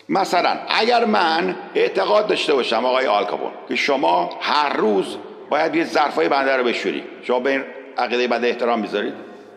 مثلا اگر من اعتقاد داشته باشم آقای آلکاپون که شما هر روز باید یه ظرفای بنده رو بشوری، شما به این عقیده بنده احترام میذارید؟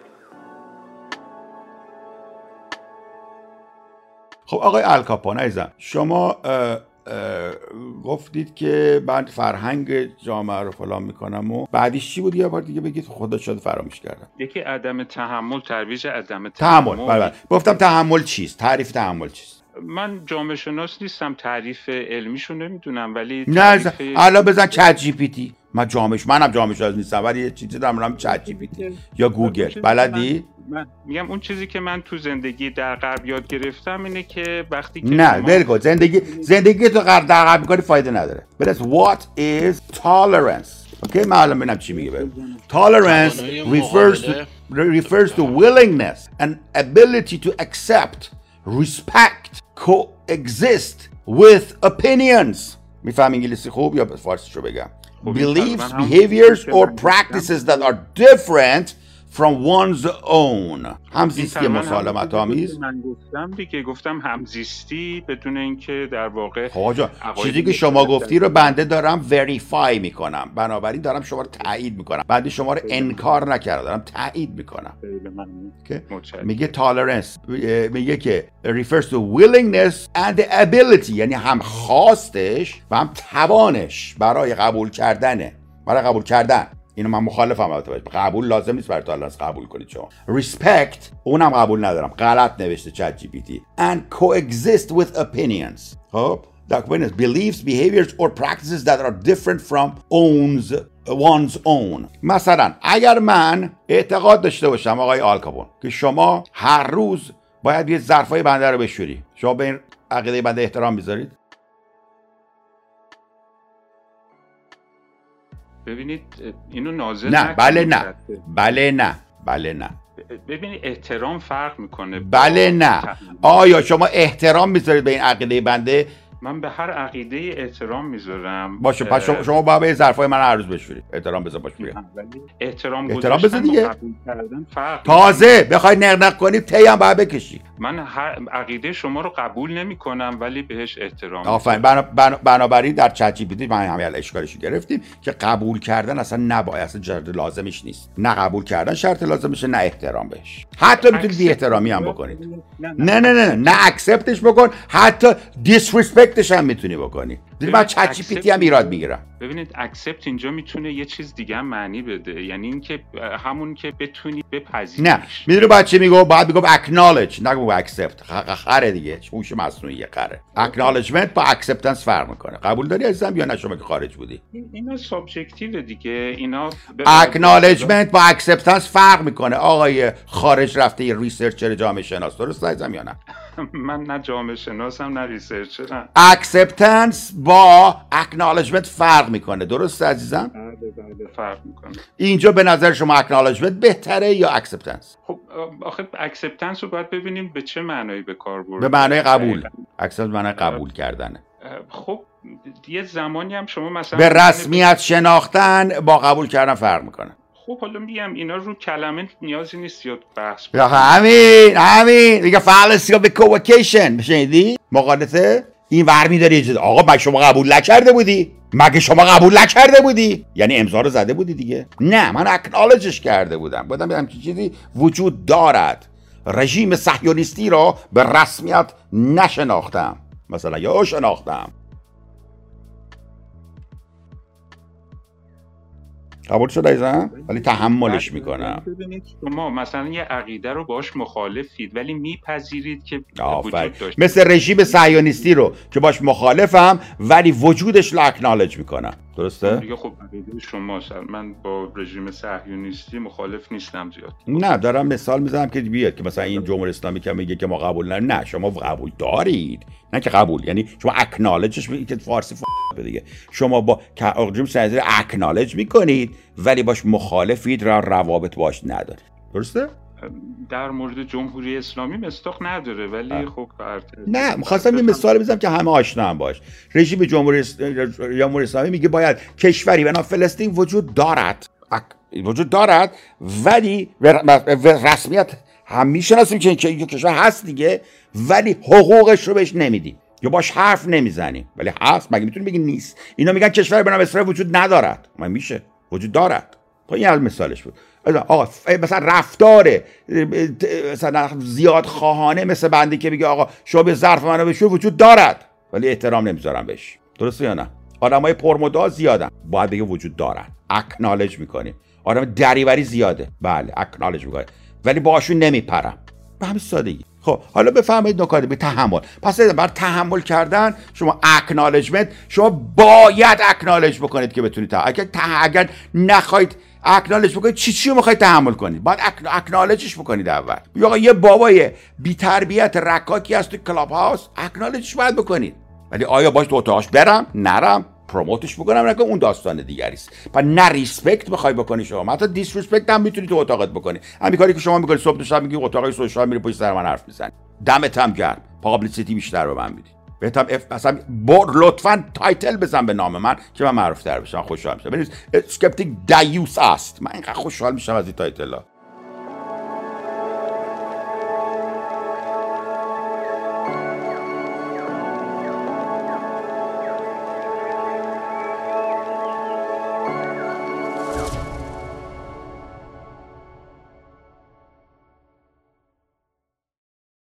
خب آقای آلکاپون عزیزم، شما گفتید که من فرهنگ جامعه رو فلان میکنم و بعدیش چی بود؟ یه بار دیگه بگید، خدا شاید فراموش کردم. یکی عدم تحمل، ترویج عدم تحمل. بله. گفتم تحمل چیست؟ تعریف تحمل چیست؟ من جامعه شناس نیستم، تعریف علمیشو نمیدونم، ولی نه الان بزن چت جی پی تی. منم جامعه شناس نیستم ولی یه چیزی دارم چت جی پی تی یا گوگل. بلدی؟ من میگم اون چیزی که من تو زندگی در غرب یاد گرفتم اینه که وقتی که نه بلکه زندگی تو در غرب می‌کنی فایده نداره. بس what is tolerance؟ اوکی، من الان ببینم چی میگه. Tolerance refers to willingness and ability to accept, respect, coexist with opinions. میفهم انگلیسی خوب یا فارسیشو بگم؟ Beliefs, behaviors or practices that are different from one's own. همزیستی مسالمت آمیز. من گفتم همزیستی بدون اینکه در واقع خواجه چیزی که شما گفتی رو بنده دارم وریفای میکنم، بنابراین دارم شما رو تایید میکنم. بنده شما رو انکار نکردم، دارم تایید میکنم. میگه tolerance، میگه که refers to willingness and the ability، یعنی هم خواستش و هم توانش برای قبول کردن. اینو من مخالفم. البته قبول لازم نیست برای تالرنس قبول کنید شما. Respect اونم قبول ندارم، غلط نوشته چت جی پی تی. And coexist with opinions. خب beliefs, behaviors or practices that are different from one's own. مثلا اگر من اعتقاد داشته باشم آقای آلکاپون که شما هر روز باید یه ظرفای بنده رو بشوری، شما به این عقیده بنده احترام میذارید؟ ببینید اینو نازل نه. بله نه. ببینید احترام فرق میکنه. بله نه. آیا شما احترام میذارید به این عقیده بنده؟ من به هر عقیده احترام میذارم. باشه پس شما باید به ظرفای من هر روز بشورید. احترام بذار باش میگم. احترام بذار دیگه. قبول کردن فرق. تازه بخوای نق کنی تی هم باید بکشی. من هر عقیده شما رو قبول نمیکنم ولی بهش احترام. آفرین. بنابراین در چت جی پی تی ما همین اشکالش گرفتیم که قبول کردن اصلا نباید، اصلا شرط لازمش نیست. نه قبول کردن شرط لازمشه، نه احترام بهش. حتی میتونید بی احترامی هم بکنید. نه اکسپتش بکن، حتی دیسریسپکتش هم میتونی بکنی. من چت جی پی تی هم ایراد میگیرم. ببینید اکسپت اینجا میتونه یه چیز دیگه معنی بده، یعنی اینکه همون که بتونی بپذیری. نه میدونی بعد چی میگه؟ بعد میگم اکنالج، نگو اکسپت. خره دیگه، هوش مصنوعی خره. اکنالجمنت با اکسپتنس فرق میکنه. قبول داری عزیزم یا نه شما که خارج بودی؟ اینا سابجکتیو دیگه. اینا اکنالجمنت با اکسپتنس فرق میکنه. آقای خارج رفته یه ریسرچر جامعه شناس، درست عزیزم یا نه؟ من نه جامعه شناسم نه ریسرچرم. اکسپتنس با اکنالجمنت فرق میکنه، درست عزیزم؟ بله فرق میکنه. اینجا به نظر شما اکنالجمنت بهتره یا اکسپتنس؟ خب آخه اکسپتنس رو باید ببینیم به چه معنایی به کار برده. به معنای قبول. اکسپت معنای قبول کردنه. خب یه زمانی هم شما مثلا به رسمیت شناختن با قبول کردن فرق میکنه. خب حالا میگم اینا رو کلمه نیازی نیست زیاد بحث کنیم. همین دیگه فالسی به کوکیشن شنیدی؟ مقالطه این ور می‌داری چیز. آقا مگه شما قبول نکرده بودی؟ یعنی امضا رو زده بودی دیگه؟ نه من اکنالجش کرده بودم. بدم که چیزی وجود دارد. رژیم صهیونیستی را به رسمیت نشناختم مثلا یا شناختم. قبول شد عزیزم؟ ولی تحملش میکنم. ببینید شما مثلا یه عقیده رو باش مخالفید ولی میپذیرید که وجود داشت. مثل رژیم صهیونیستی رو که باش مخالفم ولی وجودش رو اکنالج میکنم. درسته؟ دیگه خب عقیده شما. من با رژیم صهیونیستی مخالف نیستم زیاد. نه دارم مثال میزنم که بیاد که مثلا این جمهوری اسلامی که میگه که ما قبول نه شما قبول دارید. نه که قبول، یعنی شما اکنالجش که فارسی دیگه. شما با رژیم صهیونیستی اکنالج میکنید ولی باش مخالفید، روابط باش ندارید. درسته؟ در مورد جمهوری اسلامی مصداق نداره ولی خب نه می‌خواستم یه مثال بزنم که همه آشنا هم باش. رژیم جمهوری اسلامی میگه باید کشوری به نام فلسطین وجود دارد ولی رسمیت هم میشناسیم که این کشور هست دیگه، ولی حقوقش رو بهش نمیدیم. یا باش حرف نمیزنیم. ولی هست، مگه میتونی بگی نیست؟ اینا میگن کشور به نام اسرائیل وجود ندارد. من میشه وجود دارد. خب این مثالش بود. آقا مثلا رفتار مثلا زیاد خواهانه مثل بنده که بگه آقا شما به ظرف منو بشور وجود دارد ولی احترام نمیذارم بهش. درسته یا نه؟ آدمای پرمدعا زیادن، باید بگه وجود دارن، اکنالج میکنیم. آدم دریوری زیاده، بله اکنالج میکنه، ولی باهاشون نمیپرم. به همین سادگی. خب حالا بفهمید نکاته به تحمل. پس بر تحمل کردن شما اکنالجمنت، شما باید اکنالج بکنید که بتونید اگر نخواید اکنالج بکنید چی رو میخواید تحمل کنید؟ باید اکنالجش بکنید اول. یا یه بابای بی تربیت رکاکی هست تو کلاب هاوس، اکنالجش باید بکنید. ولی آیا باش تو اتاقش برم نرم پروموتش بکنم نکنم اون داستان دیگری است. پس نه ریسپکت بخوای بکنی شما، حتی دیسریسپکت هم میتونی تو اتاقت بکنی. همین کاری که شما میکنی صبح تا شب میگی اتاقای سوشال میری پشت سر من حرف میزنی، دمت هم گرم، پابلیسیتی بیشتر به من میدی، بهتم مثلا لطفاً تایتل بزن به نام من که من معروف تر بشم، خوشحال میشم. ببینید اسکپتیک دیوس است، من اینقدر خوشحال میشم از این تایتلا.